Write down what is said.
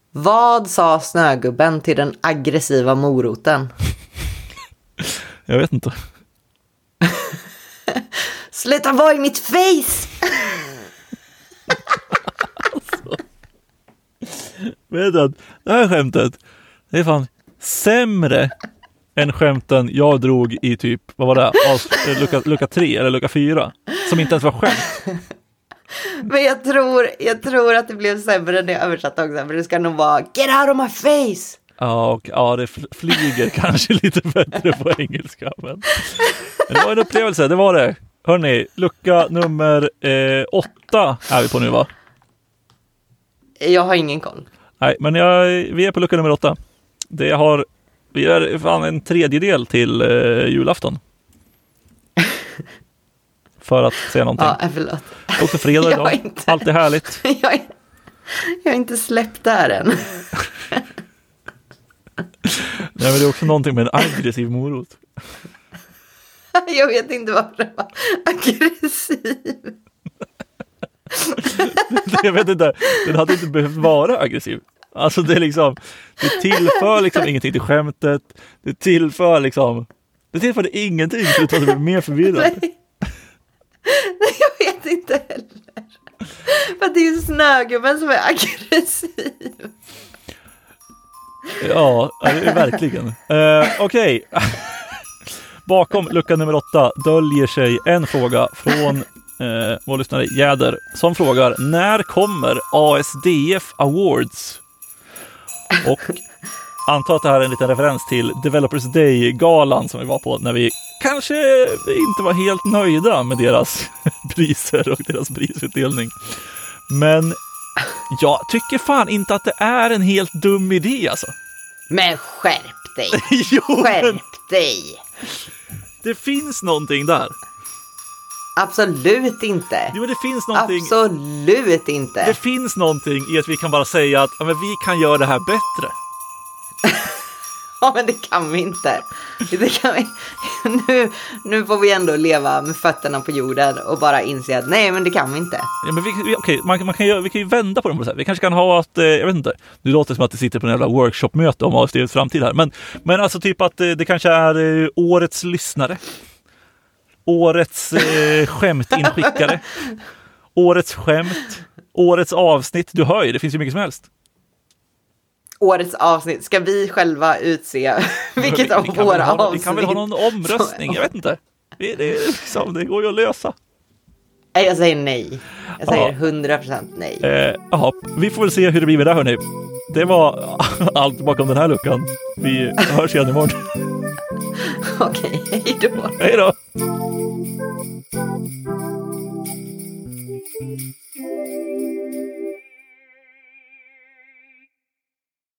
Vad sa snögubben till den aggressiva moroten? Jag vet inte. Sluta vara i mitt face! Vet du att det här skämtet, det är fan sämre än skämten jag drog i typ, vad var det? Lucka 3 eller Lucka 4, som inte ens var skämt. Men jag tror att det blev sämre när jag översatte också. För det ska nog vara get out of my face. Ja, det flyger kanske lite bättre på engelska. Men det var en upplevelse, det var det. Hörrni, lucka nummer 8 är vi på nu, va? Jag har ingen koll. Nej, men vi är på lucka nummer 8. Vi är fan en tredjedel till julafton. För att säga någonting. Ja, förlåt. Och på fredag idag. Allt är härligt. Jag har inte släppt där än. Nej, men det är också någonting med en aggressiv morot. Jag vet inte varför det var aggressiv. Jag vet inte, den hade inte behövt vara aggressiv. Alltså det är liksom, det tillför liksom ingenting till skämtet. Det tillför ingenting för att det blir mer förvirrat. Nej, jag vet inte heller. För det är ju snögubben som är aggressiv. Ja, det är verkligen. Okej. Bakom lucka nummer 8 döljer sig en fråga från vår lyssnare Jäder som frågar: när kommer ASDF Awards? Och antar att det här är en liten referens till Developers Day-galan som vi var på när vi kanske inte var helt nöjda med deras priser och deras prisutdelning. Men jag tycker fan inte att det är en helt dum idé alltså. Men skärp dig. Jo, Skärp dig. Det finns någonting där. Absolut inte. Jo, det finns någonting. Absolut inte. Det finns någonting i att vi kan bara säga att men vi kan göra det här bättre. Ja, men det kan vi inte. Det kan vi. Nu får vi ändå leva med fötterna på jorden och bara inse att nej, men det kan vi inte. Ja, men vi kan ju vända på det på så här. Vi kanske kan ha att, jag vet inte, det låter som att det sitter på en jävla workshopmöte om ASDFs framtid här. Men alltså typ att det kanske är årets lyssnare. Årets skämtinskickare. Årets skämt. Årets avsnitt. Du hör ju, det finns ju mycket som helst. Årets avsnitt. Ska vi själva utse vilket av våra avsnitt? Vi kan väl ha någon omröstning, jag vet inte. Det går ju att lösa. Nej, jag säger nej. Jag säger 100% nej. Vi får väl se hur det blir med det, hörni. Det var allt bakom den här luckan. Vi hörs igen imorgon. Okej, hej då. Hej då.